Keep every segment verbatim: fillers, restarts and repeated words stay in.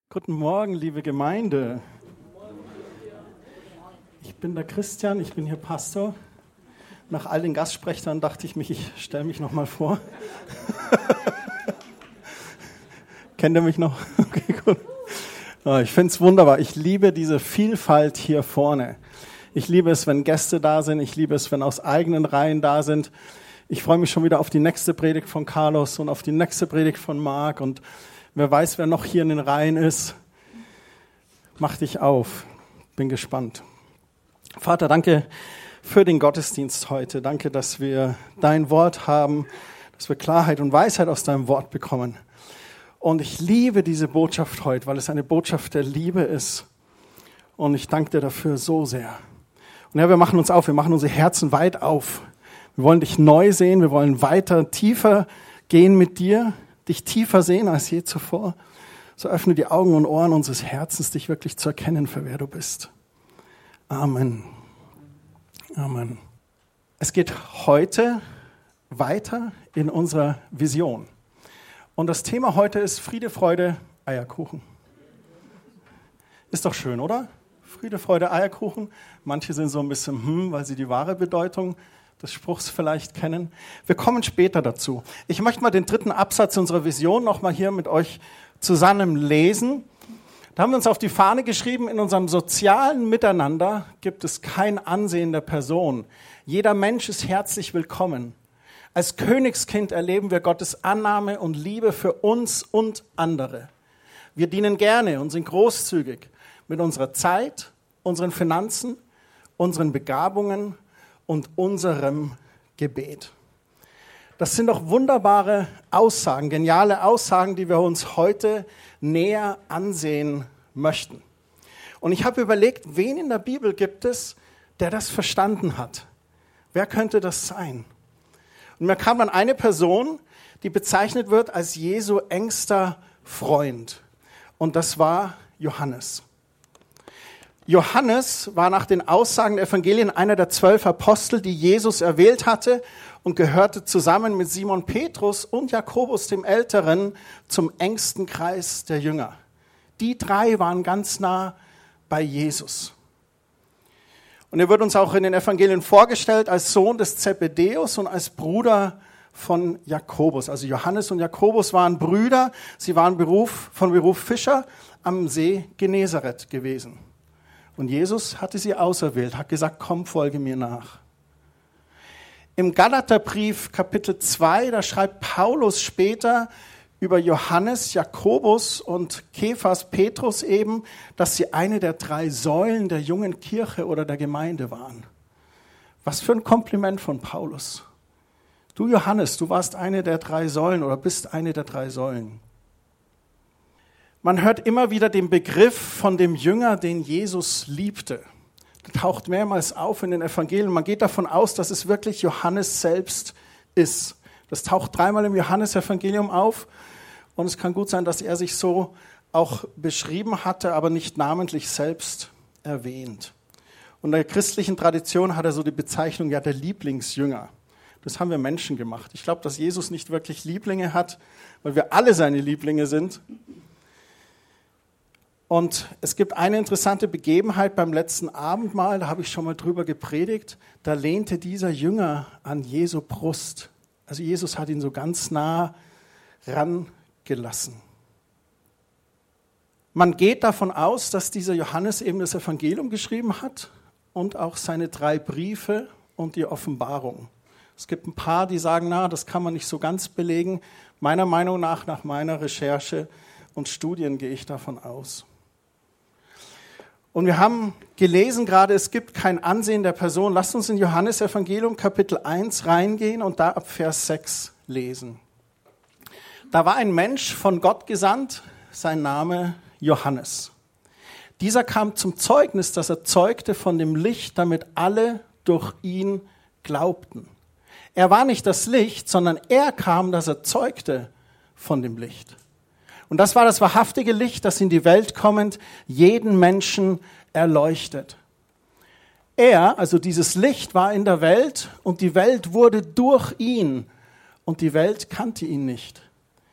Guten Morgen, liebe Gemeinde. Ich bin der Christian, ich bin hier Pastor. Nach all den Gastsprechern dachte ich mich, ich stelle mich noch mal vor. Kennt ihr mich noch? Okay, gut. Ich finde es wunderbar. Ich liebe diese Vielfalt hier vorne. Ich liebe es, wenn Gäste da sind. Ich liebe es, wenn aus eigenen Reihen da sind. Ich freue mich schon wieder auf die nächste Predigt von Carlos und auf die nächste Predigt von Marc. Und wer weiß, wer noch hier in den Reihen ist. Mach dich auf. Bin gespannt. Vater, danke für den Gottesdienst heute. Danke, dass wir dein Wort haben, dass wir Klarheit und Weisheit aus deinem Wort bekommen. Und ich liebe diese Botschaft heute, weil es eine Botschaft der Liebe ist. Und ich danke dir dafür so sehr. Und ja, wir machen uns auf, wir machen unsere Herzen weit auf. Wir wollen dich neu sehen, wir wollen weiter, tiefer gehen mit dir, dich tiefer sehen als je zuvor. So öffne die Augen und Ohren unseres Herzens, dich wirklich zu erkennen, für wer du bist. Amen. Amen. Es geht heute weiter in unserer Vision. Und das Thema heute ist Friede, Freude, Eierkuchen. Ist doch schön, oder? Friede, Freude, Eierkuchen. Manche sind so ein bisschen, hm, weil sie die wahre Bedeutung des Spruchs vielleicht kennen. Wir kommen später dazu. Ich möchte mal den dritten Absatz unserer Vision nochmal hier mit euch zusammen lesen. Da haben wir uns auf die Fahne geschrieben, in unserem sozialen Miteinander gibt es kein Ansehen der Person. Jeder Mensch ist herzlich willkommen. Als Königskind erleben wir Gottes Annahme und Liebe für uns und andere. Wir dienen gerne und sind großzügig mit unserer Zeit, unseren Finanzen, unseren Begabungen und unserem Gebet. Das sind doch wunderbare Aussagen, geniale Aussagen, die wir uns heute näher ansehen möchten. Und ich habe überlegt, wen in der Bibel gibt es, der das verstanden hat? Wer könnte das sein? Und mir kam dann eine Person, die bezeichnet wird als Jesu engster Freund. Und das war Johannes. Johannes war nach den Aussagen der Evangelien einer der zwölf Apostel, die Jesus erwählt hatte und gehörte zusammen mit Simon Petrus und Jakobus dem Älteren zum engsten Kreis der Jünger. Die drei waren ganz nah bei Jesus. Und er wird uns auch in den Evangelien vorgestellt als Sohn des Zebedäus und als Bruder von Jakobus. Also Johannes und Jakobus waren Brüder, sie waren Beruf, von Beruf Fischer am See Genezareth gewesen. Und Jesus hatte sie auserwählt, hat gesagt, komm, folge mir nach. Im Galaterbrief Kapitel zwei, da schreibt Paulus später über Johannes, Jakobus und Kephas, Petrus eben, dass sie eine der drei Säulen der jungen Kirche oder der Gemeinde waren. Was für ein Kompliment von Paulus. Du Johannes, du warst eine der drei Säulen oder bist eine der drei Säulen. Man hört immer wieder den Begriff von dem Jünger, den Jesus liebte. Der taucht mehrmals auf in den Evangelien. Man geht davon aus, dass es wirklich Johannes selbst ist. Das taucht dreimal im Johannesevangelium auf. Und es kann gut sein, dass er sich so auch beschrieben hatte, aber nicht namentlich selbst erwähnt. Und in der christlichen Tradition hat er so die Bezeichnung, ja, der Lieblingsjünger. Das haben wir Menschen gemacht. Ich glaube, dass Jesus nicht wirklich Lieblinge hat, weil wir alle seine Lieblinge sind. Und es gibt eine interessante Begebenheit beim letzten Abendmahl, da habe ich schon mal drüber gepredigt, da lehnte dieser Jünger an Jesu Brust. Also Jesus hat ihn so ganz nah rangelassen. Man geht davon aus, dass dieser Johannes eben das Evangelium geschrieben hat und auch seine drei Briefe und die Offenbarung. Es gibt ein paar, die sagen, na, das kann man nicht so ganz belegen. Meiner Meinung nach, nach meiner Recherche und Studien gehe ich davon aus. Und wir haben gelesen gerade, es gibt kein Ansehen der Person. Lasst uns in Johannes Evangelium Kapitel eins reingehen und da ab Vers sechs lesen. Da war ein Mensch von Gott gesandt, sein Name Johannes. Dieser kam zum Zeugnis, das er zeugte von dem Licht, damit alle durch ihn glaubten. Er war nicht das Licht, sondern er kam, dass er zeugte von dem Licht. Und das war das wahrhaftige Licht, das in die Welt kommend jeden Menschen erleuchtet. Er, also dieses Licht, war in der Welt und die Welt wurde durch ihn und die Welt kannte ihn nicht.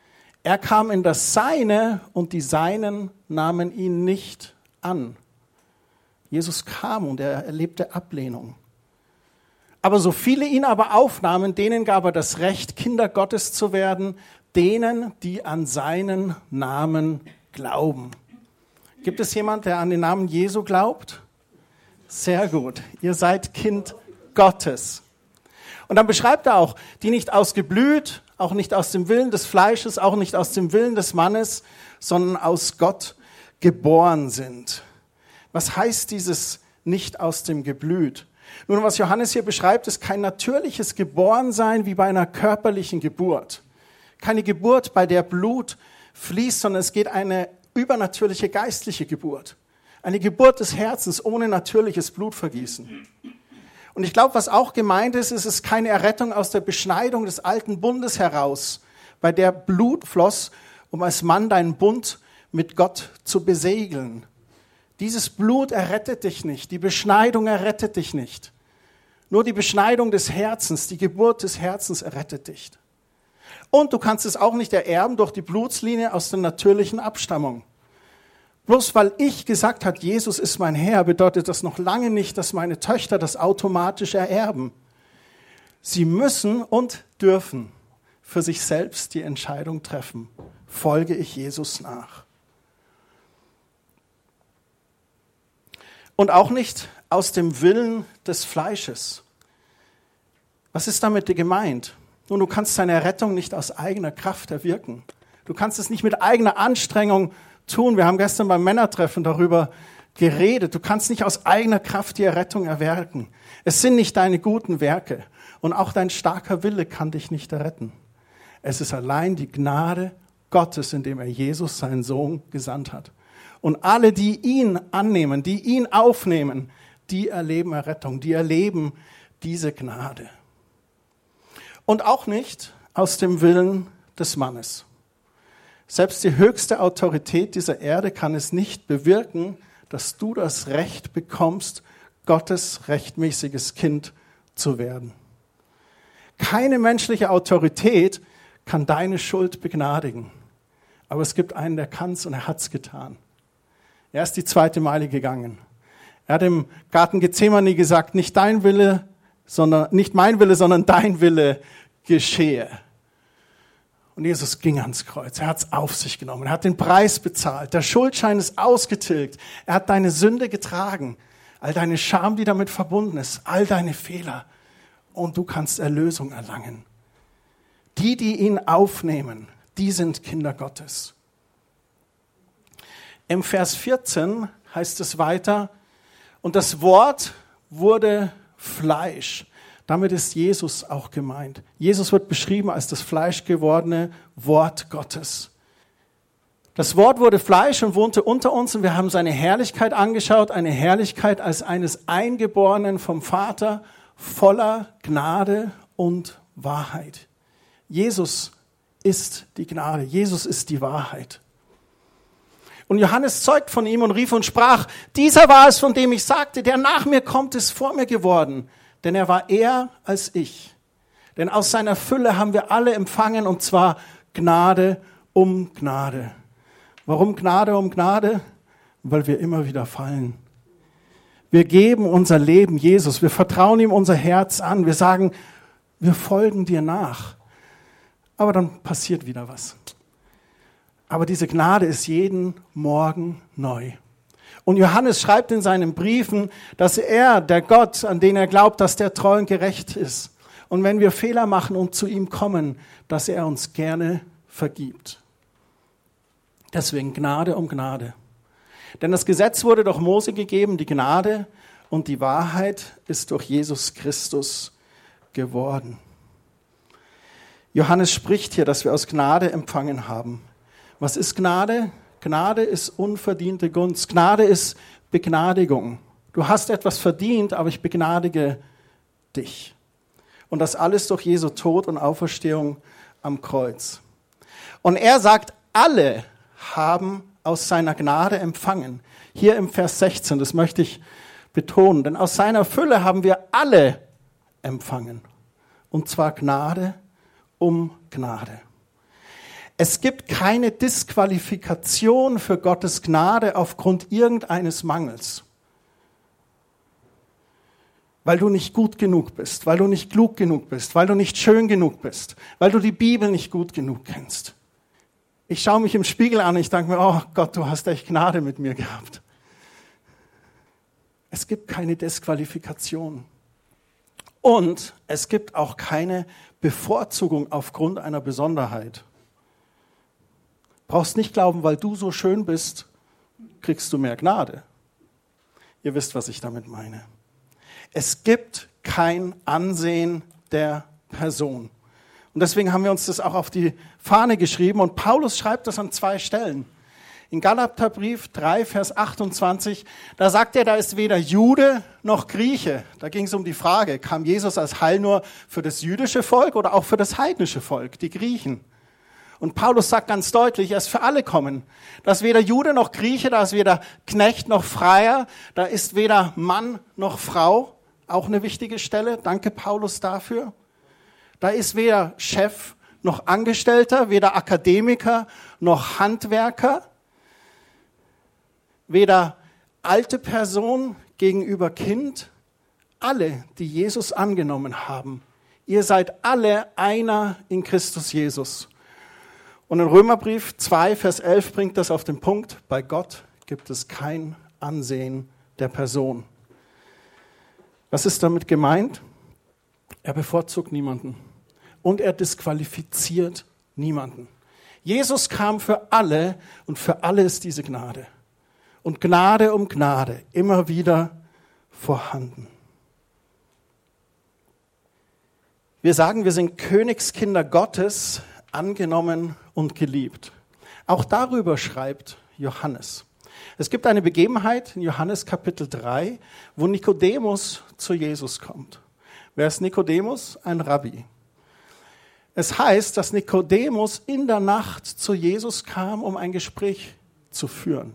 Er kam in das Seine und die Seinen nahmen ihn nicht an. Jesus kam und er erlebte Ablehnung. Aber so viele ihn aber aufnahmen, denen gab er das Recht, Kinder Gottes zu werden, denen, die an seinen Namen glauben. Gibt es jemand, der an den Namen Jesu glaubt? Sehr gut. Ihr seid Kind Gottes. Und dann beschreibt er auch, die nicht ausgeblüht, auch nicht aus dem Willen des Fleisches, auch nicht aus dem Willen des Mannes, sondern aus Gott geboren sind. Was heißt dieses nicht aus dem Geblüt? Nun, was Johannes hier beschreibt, ist kein natürliches Geborensein wie bei einer körperlichen Geburt. Keine Geburt, bei der Blut fließt, sondern es geht eine übernatürliche geistliche Geburt. Eine Geburt des Herzens ohne natürliches Blutvergießen. Und ich glaube, was auch gemeint ist, ist es keine Errettung aus der Beschneidung des alten Bundes heraus, bei der Blut floss, um als Mann deinen Bund mit Gott zu besegeln. Dieses Blut errettet dich nicht, die Beschneidung errettet dich nicht. Nur die Beschneidung des Herzens, die Geburt des Herzens errettet dich. Und du kannst es auch nicht ererben durch die Blutslinie aus der natürlichen Abstammung. Bloß weil ich gesagt habe, Jesus ist mein Herr, bedeutet das noch lange nicht, dass meine Töchter das automatisch ererben. Sie müssen und dürfen für sich selbst die Entscheidung treffen. Folge ich Jesus nach? Und auch nicht aus dem Willen des Fleisches. Was ist damit gemeint? Nun, du kannst deine Rettung nicht aus eigener Kraft erwirken. Du kannst es nicht mit eigener Anstrengung tun. Wir haben gestern beim Männertreffen darüber geredet. Du kannst nicht aus eigener Kraft die Errettung erwirken. Es sind nicht deine guten Werke. Und auch dein starker Wille kann dich nicht erretten. Es ist allein die Gnade Gottes, indem er Jesus, seinen Sohn, gesandt hat. Und alle, die ihn annehmen, die ihn aufnehmen, die erleben Errettung, die erleben diese Gnade. Und auch nicht aus dem Willen des Mannes. Selbst die höchste Autorität dieser Erde kann es nicht bewirken, dass du das Recht bekommst, Gottes rechtmäßiges Kind zu werden. Keine menschliche Autorität kann deine Schuld begnadigen. Aber es gibt einen, der kann es und er hat es getan. Er ist die zweite Meile gegangen. Er hat im Garten Gethsemane gesagt, nicht dein Wille, sondern nicht mein Wille, sondern dein Wille geschehe. Und Jesus ging ans Kreuz. Er hat es auf sich genommen. Er hat den Preis bezahlt. Der Schuldschein ist ausgetilgt. Er hat deine Sünde getragen. All deine Scham, die damit verbunden ist. All deine Fehler. Und du kannst Erlösung erlangen. Die, die ihn aufnehmen, die sind Kinder Gottes. Im Vers vierzehn heißt es weiter, und das Wort wurde Fleisch. Damit ist Jesus auch gemeint. Jesus wird beschrieben als das fleischgewordene Wort Gottes. Das Wort wurde Fleisch und wohnte unter uns und wir haben seine Herrlichkeit angeschaut, eine Herrlichkeit als eines Eingeborenen vom Vater, voller Gnade und Wahrheit. Jesus ist die Gnade, Jesus ist die Wahrheit. Und Johannes zeugt von ihm und rief und sprach, dieser war es, von dem ich sagte, der nach mir kommt, ist vor mir geworden. Denn er war eher als ich. Denn aus seiner Fülle haben wir alle empfangen, und zwar Gnade um Gnade. Warum Gnade um Gnade? Weil wir immer wieder fallen. Wir geben unser Leben Jesus. Wir vertrauen ihm unser Herz an. Wir sagen, wir folgen dir nach. Aber dann passiert wieder was. Aber diese Gnade ist jeden Morgen neu. Und Johannes schreibt in seinen Briefen, dass er, der Gott, an den er glaubt, dass der treu und gerecht ist. Und wenn wir Fehler machen und zu ihm kommen, dass er uns gerne vergibt. Deswegen Gnade um Gnade. Denn das Gesetz wurde durch Mose gegeben, die Gnade und die Wahrheit ist durch Jesus Christus geworden. Johannes spricht hier, dass wir aus Gnade empfangen haben. Was ist Gnade? Gnade ist unverdiente Gunst. Gnade ist Begnadigung. Du hast etwas verdient, aber ich begnadige dich. Und das alles durch Jesu Tod und Auferstehung am Kreuz. Und er sagt, alle haben aus seiner Gnade empfangen. Hier im Vers sechzehn, das möchte ich betonen. Denn aus seiner Fülle haben wir alle empfangen. Und zwar Gnade um Gnade. Es gibt keine Disqualifikation für Gottes Gnade aufgrund irgendeines Mangels. Weil du nicht gut genug bist, weil du nicht klug genug bist, weil du nicht schön genug bist, weil du die Bibel nicht gut genug kennst. Ich schaue mich im Spiegel an und ich denke mir, oh Gott, du hast echt Gnade mit mir gehabt. Es gibt keine Disqualifikation. Und es gibt auch keine Bevorzugung aufgrund einer Besonderheit. Brauchst nicht glauben, weil du so schön bist, kriegst du mehr Gnade. Ihr wisst, was ich damit meine. Es gibt kein Ansehen der Person. Und deswegen haben wir uns das auch auf die Fahne geschrieben. Und Paulus schreibt das an zwei Stellen. In Galaterbrief drei, Vers achtundzwanzig, da sagt er, da ist weder Jude noch Grieche. Da ging es um die Frage, kam Jesus als Heil nur für das jüdische Volk oder auch für das heidnische Volk, die Griechen? Und Paulus sagt ganz deutlich, er ist für alle kommen. Da ist weder Jude noch Grieche, da ist weder Knecht noch Freier, da ist weder Mann noch Frau. Auch eine wichtige Stelle. Danke, Paulus, dafür. Da ist weder Chef noch Angestellter, weder Akademiker noch Handwerker, weder alte Person gegenüber Kind. Alle, die Jesus angenommen haben. Ihr seid alle einer in Christus Jesus. Und in Römerbrief zwei, Vers elf bringt das auf den Punkt. Bei Gott gibt es kein Ansehen der Person. Was ist damit gemeint? Er bevorzugt niemanden und er disqualifiziert niemanden. Jesus kam für alle und für alle ist diese Gnade. Und Gnade um Gnade immer wieder vorhanden. Wir sagen, wir sind Königskinder Gottes, angenommen und geliebt. Auch darüber schreibt Johannes. Es gibt eine Begebenheit in Johannes Kapitel drei, wo Nikodemus zu Jesus kommt. Wer ist Nikodemus? Ein Rabbi. Es heißt, dass Nikodemus in der Nacht zu Jesus kam, um ein Gespräch zu führen.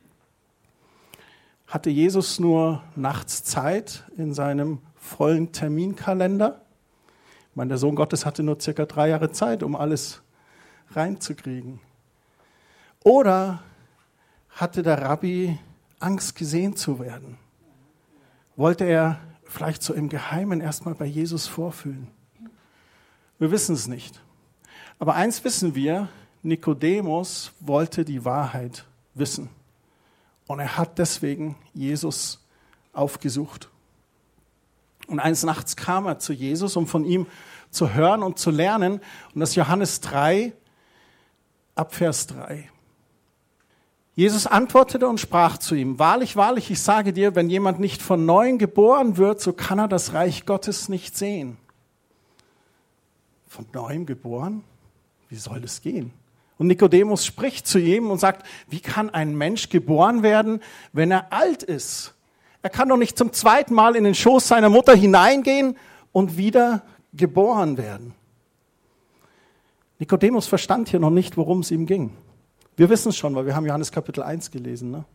Hatte Jesus nur nachts Zeit in seinem vollen Terminkalender? Ich meine, der Sohn Gottes hatte nur circa drei Jahre Zeit, um alles reinzukriegen. Oder hatte der Rabbi Angst, gesehen zu werden? Wollte er vielleicht so im Geheimen erstmal bei Jesus vorfühlen? Wir wissen es nicht. Aber eins wissen wir, Nikodemus wollte die Wahrheit wissen. Und er hat deswegen Jesus aufgesucht. Und eines Nachts kam er zu Jesus, um von ihm zu hören und zu lernen. Und das ist Johannes drei, ab Vers drei. Jesus antwortete und sprach zu ihm, wahrlich, wahrlich, ich sage dir, wenn jemand nicht von neuem geboren wird, so kann er das Reich Gottes nicht sehen. Von neuem geboren? Wie soll das gehen? Und Nikodemus spricht zu ihm und sagt, wie kann ein Mensch geboren werden, wenn er alt ist? Er kann doch nicht zum zweiten Mal in den Schoß seiner Mutter hineingehen und wieder geboren werden. Nikodemus verstand hier noch nicht, worum es ihm ging. Wir wissen es schon, weil wir haben Johannes Kapitel eins gelesen. Ne?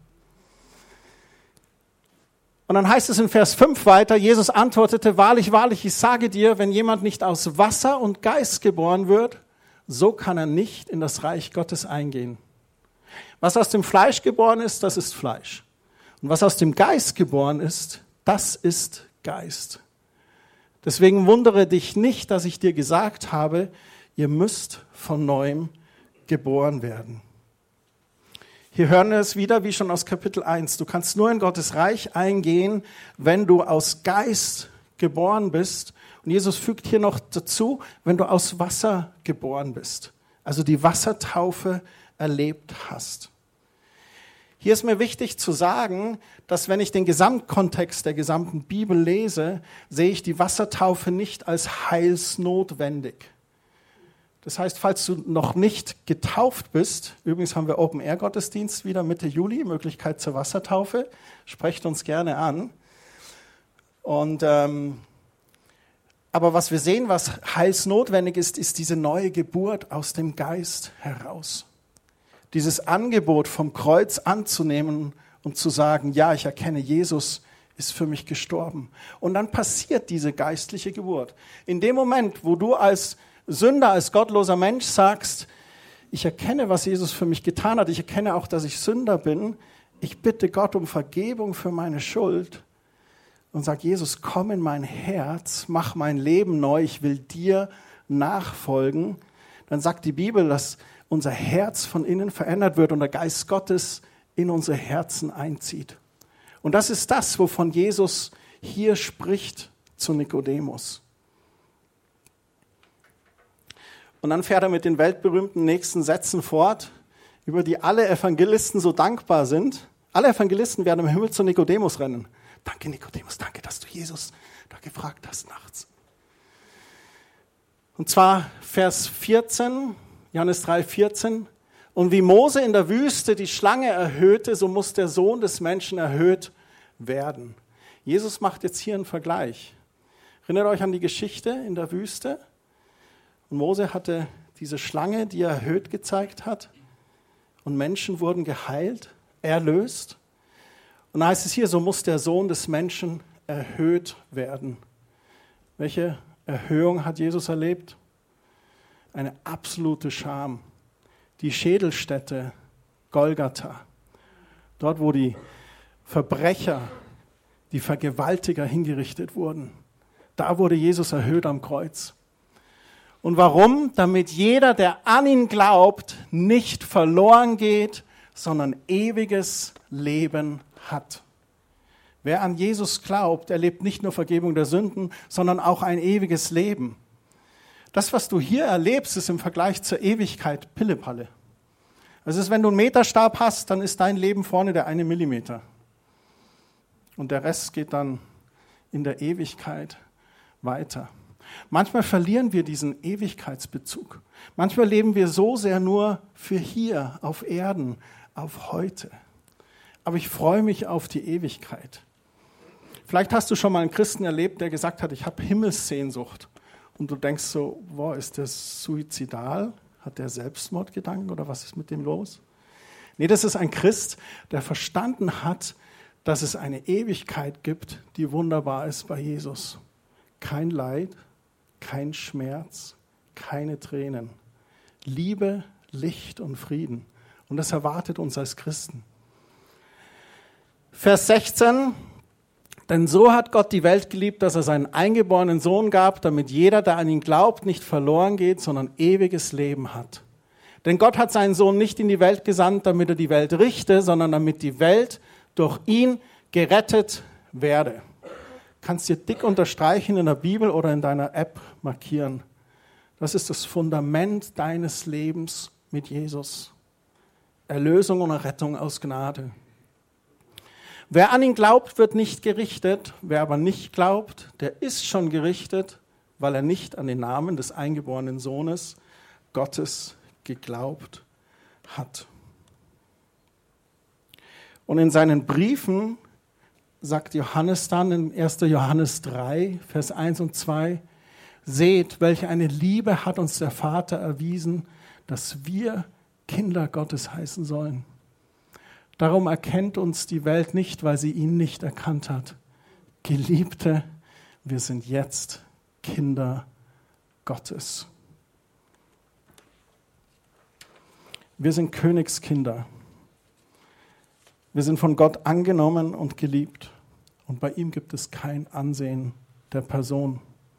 Und dann heißt es in Vers fünf weiter, Jesus antwortete, wahrlich, wahrlich, ich sage dir, wenn jemand nicht aus Wasser und Geist geboren wird, so kann er nicht in das Reich Gottes eingehen. Was aus dem Fleisch geboren ist, das ist Fleisch. Und was aus dem Geist geboren ist, das ist Geist. Deswegen wundere dich nicht, dass ich dir gesagt habe, ihr müsst von neuem geboren werden. Hier hören wir es wieder, wie schon aus Kapitel eins. Du kannst nur in Gottes Reich eingehen, wenn du aus Geist geboren bist. Und Jesus fügt hier noch dazu, wenn du aus Wasser geboren bist. Also die Wassertaufe erlebt hast. Hier ist mir wichtig zu sagen, dass wenn ich den Gesamtkontext der gesamten Bibel lese, sehe ich die Wassertaufe nicht als heilsnotwendig. Das heißt, falls du noch nicht getauft bist, übrigens haben wir Open-Air-Gottesdienst wieder Mitte Juli, Möglichkeit zur Wassertaufe, sprecht uns gerne an. Und, ähm, aber was wir sehen, was heilsnotwendig ist, ist diese neue Geburt aus dem Geist heraus. Dieses Angebot vom Kreuz anzunehmen und zu sagen, ja, ich erkenne, Jesus ist für mich gestorben. Und dann passiert diese geistliche Geburt. In dem Moment, wo du als Sünder, als gottloser Mensch sagst, Ich erkenne, was Jesus für mich getan hat. Ich erkenne auch, dass ich Sünder bin. Ich bitte Gott um Vergebung für meine Schuld und sage, Jesus, komm in mein Herz, mach mein Leben neu, ich will dir nachfolgen. Dann sagt die Bibel, dass unser Herz von innen verändert wird und der Geist Gottes in unsere Herzen einzieht. Und das ist das, wovon Jesus hier spricht zu Nikodemus. Und dann fährt er mit den weltberühmten nächsten Sätzen fort, über die alle Evangelisten so dankbar sind. Alle Evangelisten werden im Himmel zu Nikodemus rennen. Danke, Nikodemus, danke, dass du Jesus da gefragt hast nachts. Und zwar Vers vierzehn, Johannes drei, vierzehn. Und wie Mose in der Wüste die Schlange erhöhte, so muss der Sohn des Menschen erhöht werden. Jesus macht jetzt hier einen Vergleich. Erinnert euch an die Geschichte in der Wüste? Und Mose hatte diese Schlange, die er erhöht gezeigt hat. Und Menschen wurden geheilt, erlöst. Und da heißt es hier, so muss der Sohn des Menschen erhöht werden. Welche Erhöhung hat Jesus erlebt? Eine absolute Scham. Die Schädelstätte Golgatha. Dort, wo die Verbrecher, die Vergewaltiger hingerichtet wurden. Da wurde Jesus erhöht am Kreuz. Und warum? Damit jeder, der an ihn glaubt, nicht verloren geht, sondern ewiges Leben hat. Wer an Jesus glaubt, erlebt nicht nur Vergebung der Sünden, sondern auch ein ewiges Leben. Das, was du hier erlebst, ist im Vergleich zur Ewigkeit Pillepalle. Also es ist, wenn du einen Meterstab hast, dann ist dein Leben vorne der eine Millimeter. Und der Rest geht dann in der Ewigkeit weiter. Manchmal verlieren wir diesen Ewigkeitsbezug. Manchmal leben wir so sehr nur für hier, auf Erden, auf heute. Aber ich freue mich auf die Ewigkeit. Vielleicht hast du schon mal einen Christen erlebt, der gesagt hat, ich habe Himmelssehnsucht. Und du denkst so, boah, ist der suizidal? Hat der Selbstmordgedanken oder was ist mit dem los? Nee, das ist ein Christ, der verstanden hat, dass es eine Ewigkeit gibt, die wunderbar ist bei Jesus. Kein Leid, kein Schmerz, keine Tränen. Liebe, Licht und Frieden. Und das erwartet uns als Christen. Vers sechzehn. Denn so hat Gott die Welt geliebt, dass er seinen eingeborenen Sohn gab, damit jeder, der an ihn glaubt, nicht verloren geht, sondern ewiges Leben hat. Denn Gott hat seinen Sohn nicht in die Welt gesandt, damit er die Welt richte, sondern damit die Welt durch ihn gerettet werde. Kannst dir dick unterstreichen in der Bibel oder in deiner App markieren. Das ist das Fundament deines Lebens mit Jesus. Erlösung und Rettung aus Gnade. Wer an ihn glaubt, wird nicht gerichtet. Wer aber nicht glaubt, der ist schon gerichtet, weil er nicht an den Namen des eingeborenen Sohnes Gottes geglaubt hat. Und in seinen Briefen sagt Johannes dann in erster Johannes drei, Vers eins und zwei, seht, welche eine Liebe hat uns der Vater erwiesen, dass wir Kinder Gottes heißen sollen. Darum erkennt uns die Welt nicht, weil sie ihn nicht erkannt hat. Geliebte, wir sind jetzt Kinder Gottes. Wir sind Königskinder. Wir sind von Gott angenommen und geliebt. Und bei ihm gibt es kein Ansehen der Person.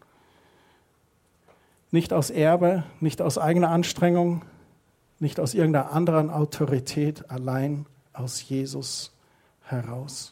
Nicht aus Erbe, nicht aus eigener Anstrengung, nicht aus irgendeiner anderen Autorität, allein aus Jesus heraus.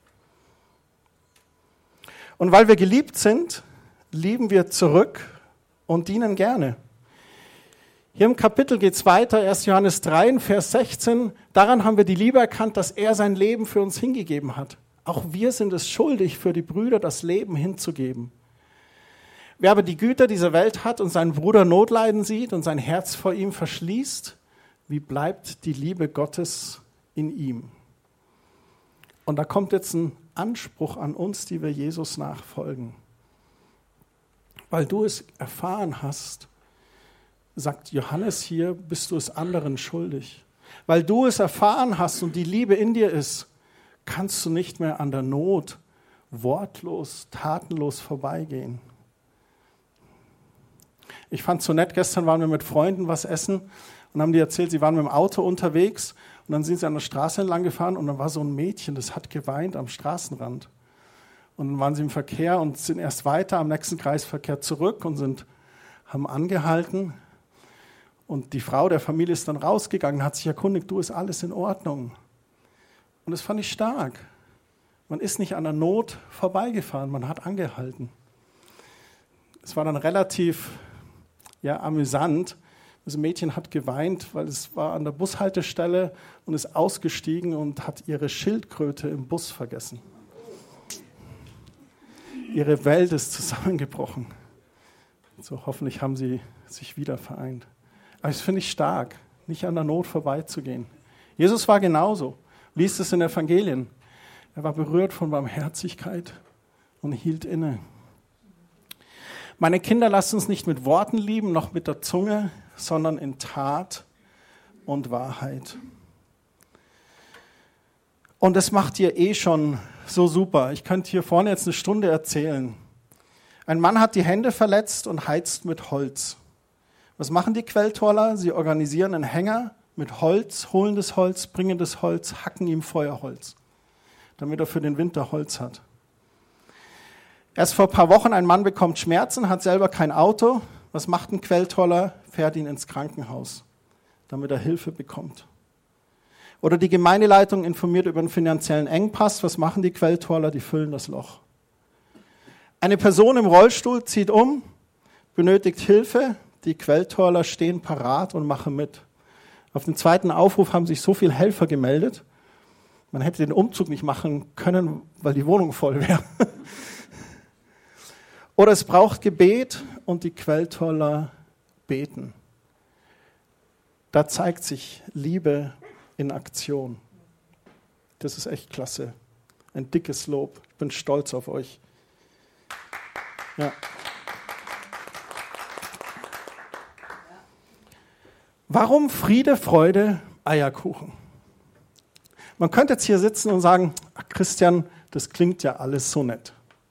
Und weil wir geliebt sind, lieben wir zurück und dienen gerne. Hier im Kapitel geht es weiter, erster Johannes drei, Vers sechzehn. Daran haben wir die Liebe erkannt, dass er sein Leben für uns hingegeben hat. Auch wir sind es schuldig, für die Brüder das Leben hinzugeben. Wer aber die Güter dieser Welt hat und seinen Bruder Notleiden sieht und sein Herz vor ihm verschließt, wie bleibt die Liebe Gottes in ihm? Und da kommt jetzt ein Anspruch an uns, die wir Jesus nachfolgen. Weil du es erfahren hast, sagt Johannes hier, bist du es anderen schuldig. Weil du es erfahren hast und die Liebe in dir ist, kannst du nicht mehr an der Not wortlos, tatenlos vorbeigehen. Ich fand es so nett, gestern waren wir mit Freunden was essen Und haben die erzählt, sie waren mit dem Auto unterwegs und dann sind sie an der Straße entlang gefahren und dann war so ein Mädchen, das hat geweint am Straßenrand. Und dann waren sie im Verkehr und sind erst weiter am nächsten Kreisverkehr zurück und sind, haben angehalten. Und die Frau der Familie ist dann rausgegangen, hat sich erkundigt, du, ist alles in Ordnung? Und das fand ich stark. Man ist nicht an der Not vorbeigefahren, man hat angehalten. Es war dann relativ ja, amüsant. Das Mädchen hat geweint, weil es war an der Bushaltestelle und ist ausgestiegen und hat ihre Schildkröte im Bus vergessen. Ihre Welt ist zusammengebrochen. So, hoffentlich haben sie sich wieder vereint. Aber das finde ich stark, nicht an der Not vorbeizugehen. Jesus war genauso. Liest es in den Evangelien. Er war berührt von Barmherzigkeit und hielt inne. Meine Kinder, lasst uns nicht mit Worten lieben, noch mit der Zunge, sondern in Tat und Wahrheit. Und das macht ihr eh schon so super. Ich könnte hier vorne jetzt eine Stunde erzählen. Ein Mann hat die Hände verletzt und heizt mit Holz. Was machen die Quelltorler? Sie organisieren einen Hänger mit Holz, holen das Holz, bringen das Holz, hacken ihm Feuerholz, damit er für den Winter Holz hat. Erst vor ein paar Wochen, ein Mann bekommt Schmerzen, hat selber kein Auto. Was macht ein Quelltoller? Fährt ihn ins Krankenhaus, damit er Hilfe bekommt. Oder die Gemeindeleitung informiert über einen finanziellen Engpass. Was machen die Quelltoller? Die füllen das Loch. Eine Person im Rollstuhl zieht um, benötigt Hilfe. Die Quelltorler stehen parat und machen mit. Auf den zweiten Aufruf haben sich so viele Helfer gemeldet. Man hätte den Umzug nicht machen können, weil die Wohnung voll wäre. Oder es braucht Gebet und die Quelltorler beten. Da zeigt sich Liebe in Aktion. Das ist echt klasse. Ein dickes Lob. Ich bin stolz auf euch. Ja. Warum Friede, Freude, Eierkuchen? Man könnte jetzt hier sitzen und sagen, ach Christian, das klingt ja alles so nett.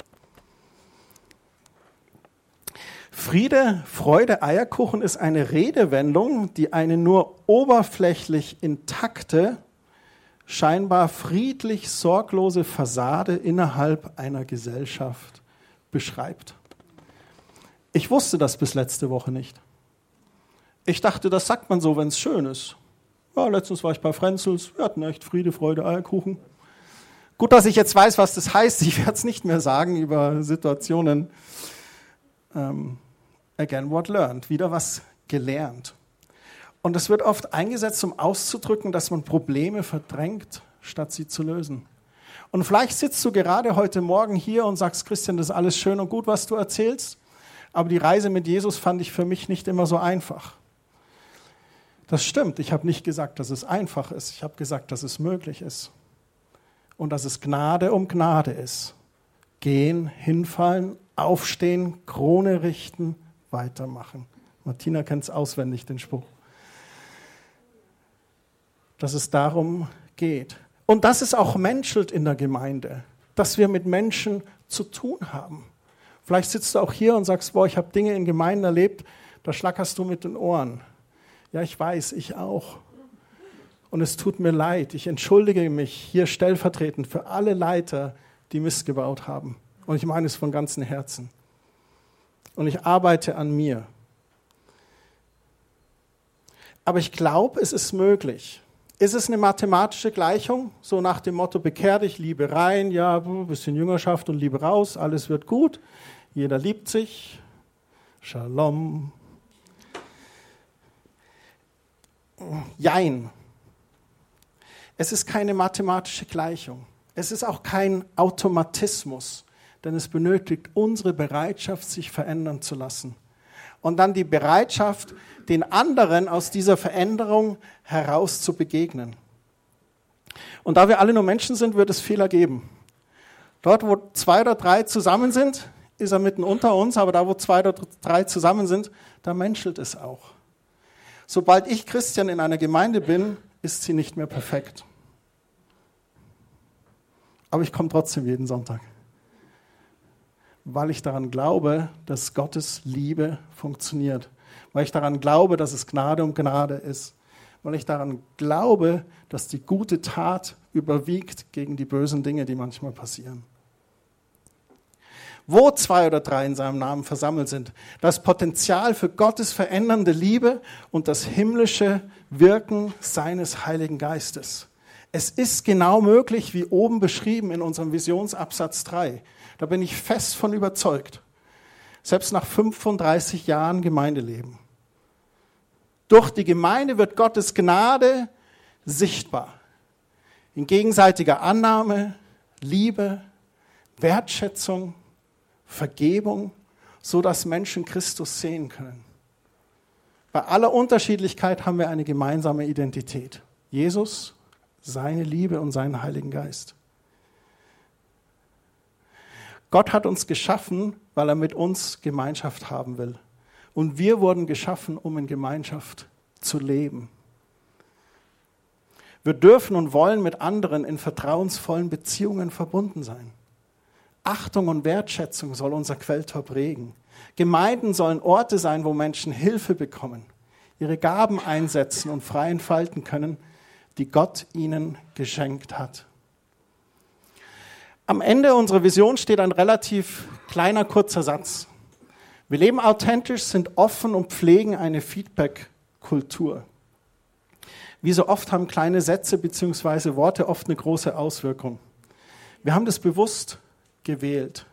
Friede, Freude, Eierkuchen ist eine Redewendung, die eine nur oberflächlich intakte, scheinbar friedlich sorglose Fassade innerhalb einer Gesellschaft beschreibt. Ich wusste das bis letzte Woche nicht. Ich dachte, das sagt man so, wenn es schön ist. Ja, letztens war ich bei Frenzels, wir hatten echt Friede, Freude, Eierkuchen. Gut, dass ich jetzt weiß, was das heißt. Ich werde es nicht mehr sagen über Situationen. Ähm, again, what learned. Wieder was gelernt. Und es wird oft eingesetzt, um auszudrücken, dass man Probleme verdrängt, statt sie zu lösen. Und vielleicht sitzt du gerade heute Morgen hier und sagst, Christian, das ist alles schön und gut, was du erzählst, aber die Reise mit Jesus fand ich für mich nicht immer so einfach. Das stimmt, ich habe nicht gesagt, dass es einfach ist. Ich habe gesagt, dass es möglich ist. Und dass es Gnade um Gnade ist. Gehen, hinfallen, aufstehen, Krone richten, weitermachen. Martina kennt es auswendig, den Spruch. Dass es darum geht. Und dass es auch menschelt in der Gemeinde. Dass wir mit Menschen zu tun haben. Vielleicht sitzt du auch hier und sagst, boah, ich habe Dinge in Gemeinden erlebt, da schlackerst du mit den Ohren. Ja, ich weiß, ich auch. Und es tut mir leid. Ich entschuldige mich hier stellvertretend für alle Leiter, die Mist gebaut haben. Und ich meine es von ganzem Herzen. Und ich arbeite an mir. Aber ich glaube, es ist möglich. Ist es eine mathematische Gleichung? So nach dem Motto, bekehr dich, Liebe rein, ja, ein bisschen Jüngerschaft und Liebe raus, alles wird gut. Jeder liebt sich. Shalom. Jein. Es ist keine mathematische Gleichung. Es ist auch kein Automatismus, denn es benötigt unsere Bereitschaft, sich verändern zu lassen. Und dann die Bereitschaft, den anderen aus dieser Veränderung heraus zu begegnen. Und da wir alle nur Menschen sind, wird es Fehler geben. Dort, wo zwei oder drei zusammen sind, ist er mitten unter uns, aber da, wo zwei oder drei zusammen sind, da menschelt es auch. Sobald ich Christian in einer Gemeinde bin, ist sie nicht mehr perfekt. Aber ich komme trotzdem jeden Sonntag. Weil ich daran glaube, dass Gottes Liebe funktioniert. weil ich daran glaube, dass es Gnade um Gnade ist, weil ich daran glaube, dass die gute Tat überwiegt gegen die bösen Dinge, die manchmal passieren. Wo zwei oder drei in seinem Namen versammelt sind, das Potenzial für Gottes verändernde Liebe und das himmlische Wirken seines Heiligen Geistes. Es ist genau möglich, wie oben beschrieben in unserem Visionsabsatz drei. Da bin ich fest von überzeugt. Selbst nach fünfunddreißig Jahren Gemeindeleben. Durch die Gemeinde wird Gottes Gnade sichtbar. In gegenseitiger Annahme, Liebe, Wertschätzung, Vergebung, so dass Menschen Christus sehen können. Bei aller Unterschiedlichkeit haben wir eine gemeinsame Identität. Jesus, seine Liebe und seinen Heiligen Geist. Gott hat uns geschaffen, weil er mit uns Gemeinschaft haben will. Und wir wurden geschaffen, um in Gemeinschaft zu leben. Wir dürfen und wollen mit anderen in vertrauensvollen Beziehungen verbunden sein. Achtung und Wertschätzung soll unser Quelltor prägen. Gemeinden sollen Orte sein, wo Menschen Hilfe bekommen, ihre Gaben einsetzen und frei entfalten können, die Gott ihnen geschenkt hat. Am Ende unserer Vision steht ein relativ kleiner, kurzer Satz. Wir leben authentisch, sind offen und pflegen eine Feedback-Kultur. Wie so oft haben kleine Sätze bzw. Worte oft eine große Auswirkung. Wir haben das bewusst gewählt.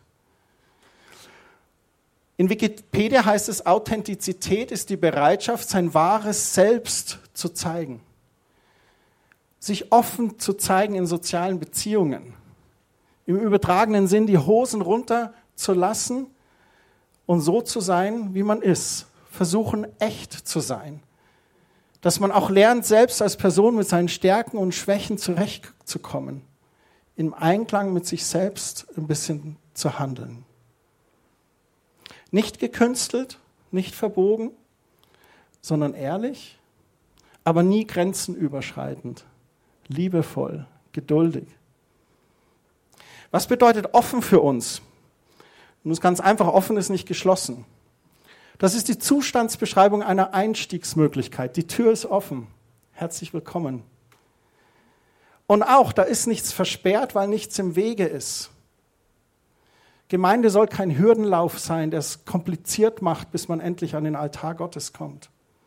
In Wikipedia heißt es, Authentizität ist die Bereitschaft, sein wahres Selbst zu zeigen. Sich offen zu zeigen in sozialen Beziehungen. Im übertragenen Sinn die Hosen runter zu lassen und so zu sein, wie man ist. Versuchen, echt zu sein. Dass man auch lernt, selbst als Person mit seinen Stärken und Schwächen zurechtzukommen. Im Einklang mit sich selbst ein bisschen zu handeln. Nicht gekünstelt, nicht verbogen, sondern ehrlich, aber nie grenzenüberschreitend, liebevoll, geduldig. Was bedeutet offen für uns? Nun ist ganz einfach, offen ist nicht geschlossen. Das ist die Zustandsbeschreibung einer Einstiegsmöglichkeit. Die Tür ist offen. Herzlich willkommen. Und auch, da ist nichts versperrt, weil nichts im Wege ist. Gemeinde soll kein Hürdenlauf sein, der es kompliziert macht, bis man endlich an den Altar Gottes kommt.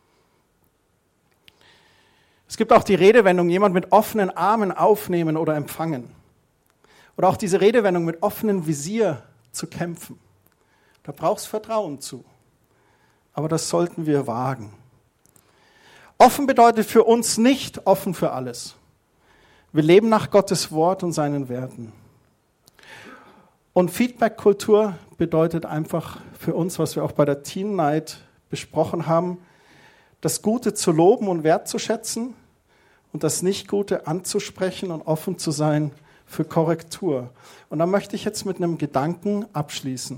Es gibt auch die Redewendung, jemand mit offenen Armen aufnehmen oder empfangen. Oder auch diese Redewendung, mit offenem Visier zu kämpfen. Da braucht es Vertrauen zu. Aber das sollten wir wagen. Offen bedeutet für uns nicht offen für alles. Wir leben nach Gottes Wort und seinen Werten. Und Feedback-Kultur bedeutet einfach für uns, was wir auch bei der Teen Night besprochen haben, das Gute zu loben und wertzuschätzen und das Nicht-Gute anzusprechen und offen zu sein für Korrektur. Und da möchte ich jetzt mit einem Gedanken abschließen.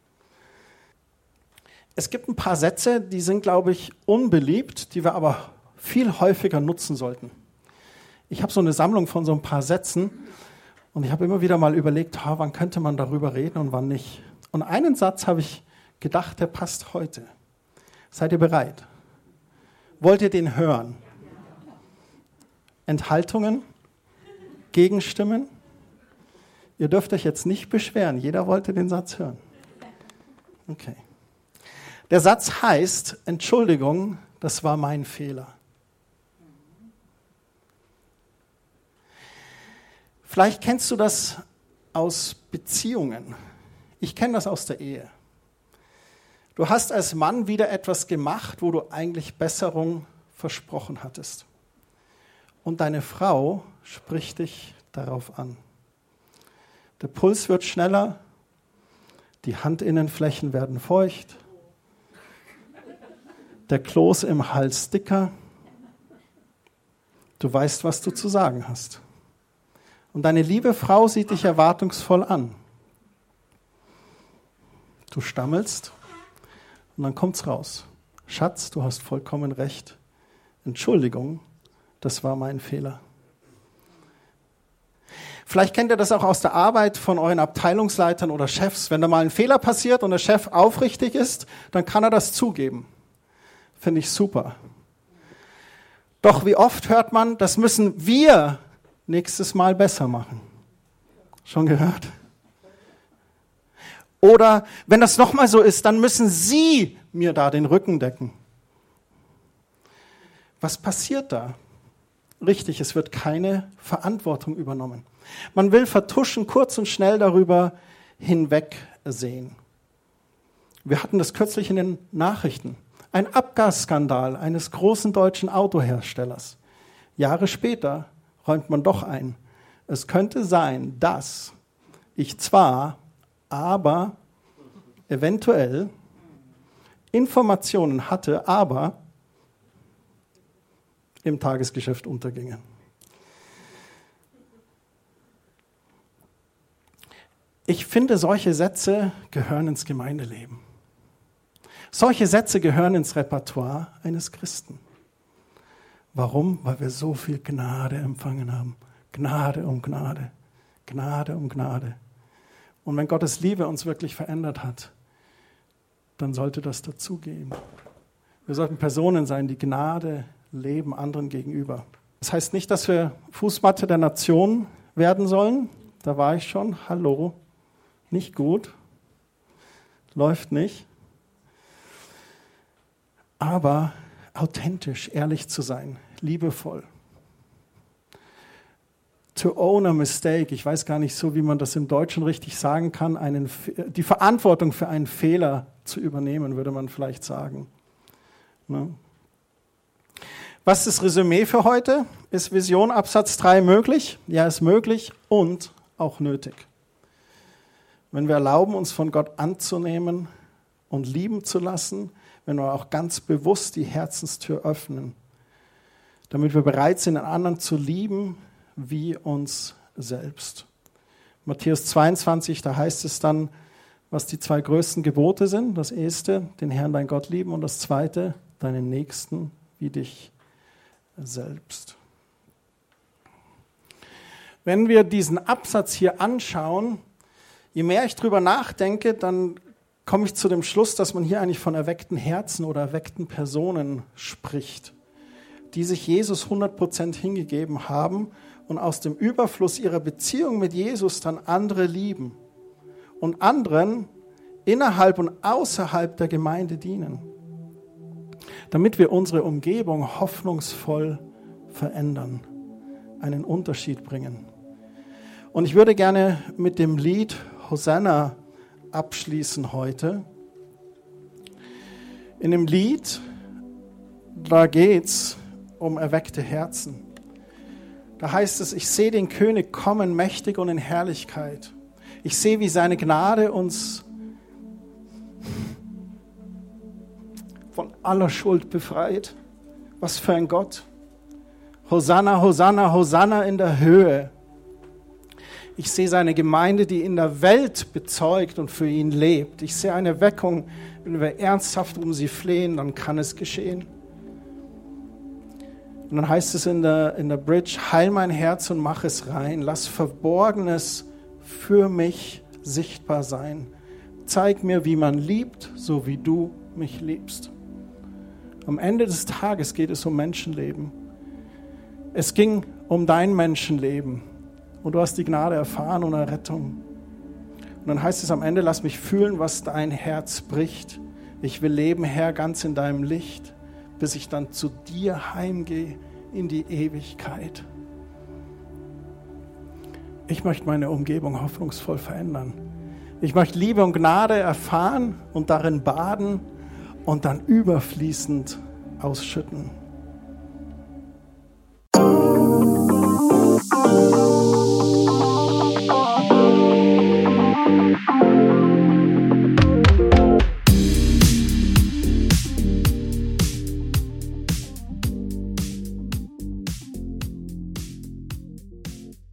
Es gibt ein paar Sätze, die sind, glaube ich, unbeliebt, die wir aber viel häufiger nutzen sollten. Ich habe so eine Sammlung von so ein paar Sätzen und ich habe immer wieder mal überlegt, ha, wann könnte man darüber reden und wann nicht. Und einen Satz habe ich gedacht, der passt heute. Seid ihr bereit? Wollt ihr den hören? Enthaltungen? Gegenstimmen? Ihr dürft euch jetzt nicht beschweren. Jeder wollte den Satz hören. Okay. Der Satz heißt, Entschuldigung, das war mein Fehler. Vielleicht kennst du das aus Beziehungen. Ich kenne das aus der Ehe. Du hast als Mann wieder etwas gemacht, wo du eigentlich Besserung versprochen hattest. Und deine Frau spricht dich darauf an. Der Puls wird schneller, die Handinnenflächen werden feucht, der Kloß im Hals dicker. Du weißt, was du zu sagen hast. Und deine liebe Frau sieht dich erwartungsvoll an. Du stammelst und dann kommt's raus. Schatz, du hast vollkommen recht. Entschuldigung, das war mein Fehler. Vielleicht kennt ihr das auch aus der Arbeit von euren Abteilungsleitern oder Chefs. Wenn da mal ein Fehler passiert und der Chef aufrichtig ist, dann kann er das zugeben. Finde ich super. Doch wie oft hört man, das müssen wir nächstes Mal besser machen. Schon gehört? Oder wenn das nochmal so ist, dann müssen Sie mir da den Rücken decken. Was passiert da? Richtig, es wird keine Verantwortung übernommen. Man will vertuschen, kurz und schnell darüber hinwegsehen. Wir hatten das kürzlich in den Nachrichten. Ein Abgasskandal eines großen deutschen Autoherstellers. Jahre später räumt man doch ein. Es könnte sein, dass ich zwar, aber eventuell Informationen hatte, aber im Tagesgeschäft unterginge. Ich finde, solche Sätze gehören ins Gemeindeleben. Solche Sätze gehören ins Repertoire eines Christen. Warum? Weil wir so viel Gnade empfangen haben. Gnade um Gnade. Gnade um Gnade. Und wenn Gottes Liebe uns wirklich verändert hat, dann sollte das dazugehen. Wir sollten Personen sein, die Gnade leben anderen gegenüber. Das heißt nicht, dass wir Fußmatte der Nation werden sollen. Da war ich schon. Hallo. Nicht gut. Läuft nicht. Aber authentisch, ehrlich zu sein, liebevoll. To own a mistake, ich weiß gar nicht so, wie man das im Deutschen richtig sagen kann, einen, die Verantwortung für einen Fehler zu übernehmen, würde man vielleicht sagen. Ne? Was ist das Resümee für heute? Ist Vision Absatz drei möglich? Ja, ist möglich und auch nötig. Wenn wir erlauben, uns von Gott anzunehmen und lieben zu lassen, wenn wir auch ganz bewusst die Herzenstür öffnen, damit wir bereit sind, einen anderen zu lieben wie uns selbst. Matthäus zweiundzwanzig, da heißt es dann, was die zwei größten Gebote sind. Das erste, den Herrn, dein Gott lieben, und das zweite, deinen Nächsten wie dich selbst. Wenn wir diesen Absatz hier anschauen, je mehr ich drüber nachdenke, dann komme ich zu dem Schluss, dass man hier eigentlich von erweckten Herzen oder erweckten Personen spricht, die sich Jesus hundert Prozent hingegeben haben und aus dem Überfluss ihrer Beziehung mit Jesus dann andere lieben und anderen innerhalb und außerhalb der Gemeinde dienen, damit wir unsere Umgebung hoffnungsvoll verändern, einen Unterschied bringen. Und ich würde gerne mit dem Lied Hosanna abschließen heute. In dem Lied, da geht es um erweckte Herzen. Da heißt es, ich sehe den König kommen, mächtig und in Herrlichkeit. Ich sehe, wie seine Gnade uns von aller Schuld befreit. Was für ein Gott. Hosanna, Hosanna, Hosanna in der Höhe. Ich sehe seine Gemeinde, die in der Welt bezeugt und für ihn lebt. Ich sehe eine Weckung, wenn wir ernsthaft um sie flehen, dann kann es geschehen. Und dann heißt es in der, in der Bridge, heil mein Herz und mach es rein. Lass Verborgenes für mich sichtbar sein. Zeig mir, wie man liebt, so wie du mich liebst. Am Ende des Tages geht es um Menschenleben. Es ging um dein Menschenleben. Und du hast die Gnade erfahren und Errettung. Und dann heißt es am Ende, lass mich fühlen, was dein Herz bricht. Ich will leben, Herr, ganz in deinem Licht, bis ich dann zu dir heimgehe in die Ewigkeit. Ich möchte meine Umgebung hoffnungsvoll verändern. Ich möchte Liebe und Gnade erfahren und darin baden und dann überfließend ausschütten.